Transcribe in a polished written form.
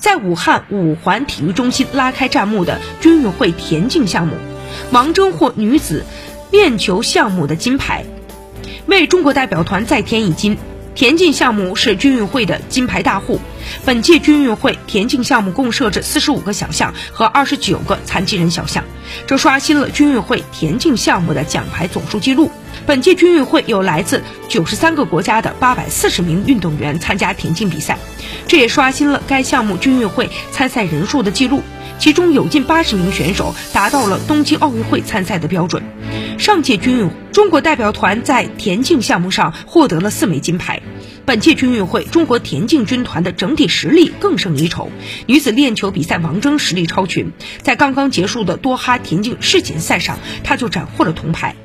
在武汉五环体育中心拉开战幕的军运会田径项目，王铮获女子链球项目的金牌，为中国代表团再添一金。田径项目是军运会的金牌大户，本届军运会田径项目共设置45个小项和29个残疾人小项，这刷新了军运会田径项目的奖牌总数纪录。本届军运会有来自93个国家的840名运动员参加田径比赛，这也刷新了该项目军运会参赛人数的纪录，其中有近80名选手达到了东京奥运会参赛的标准。上届军运中国代表团在田径项目上获得了4枚金牌。本届军运会中国田径军团的整体实力更胜一筹，女子链球比赛王铮实力超群，在刚刚结束的多哈田径世锦赛上，她就斩获了铜牌。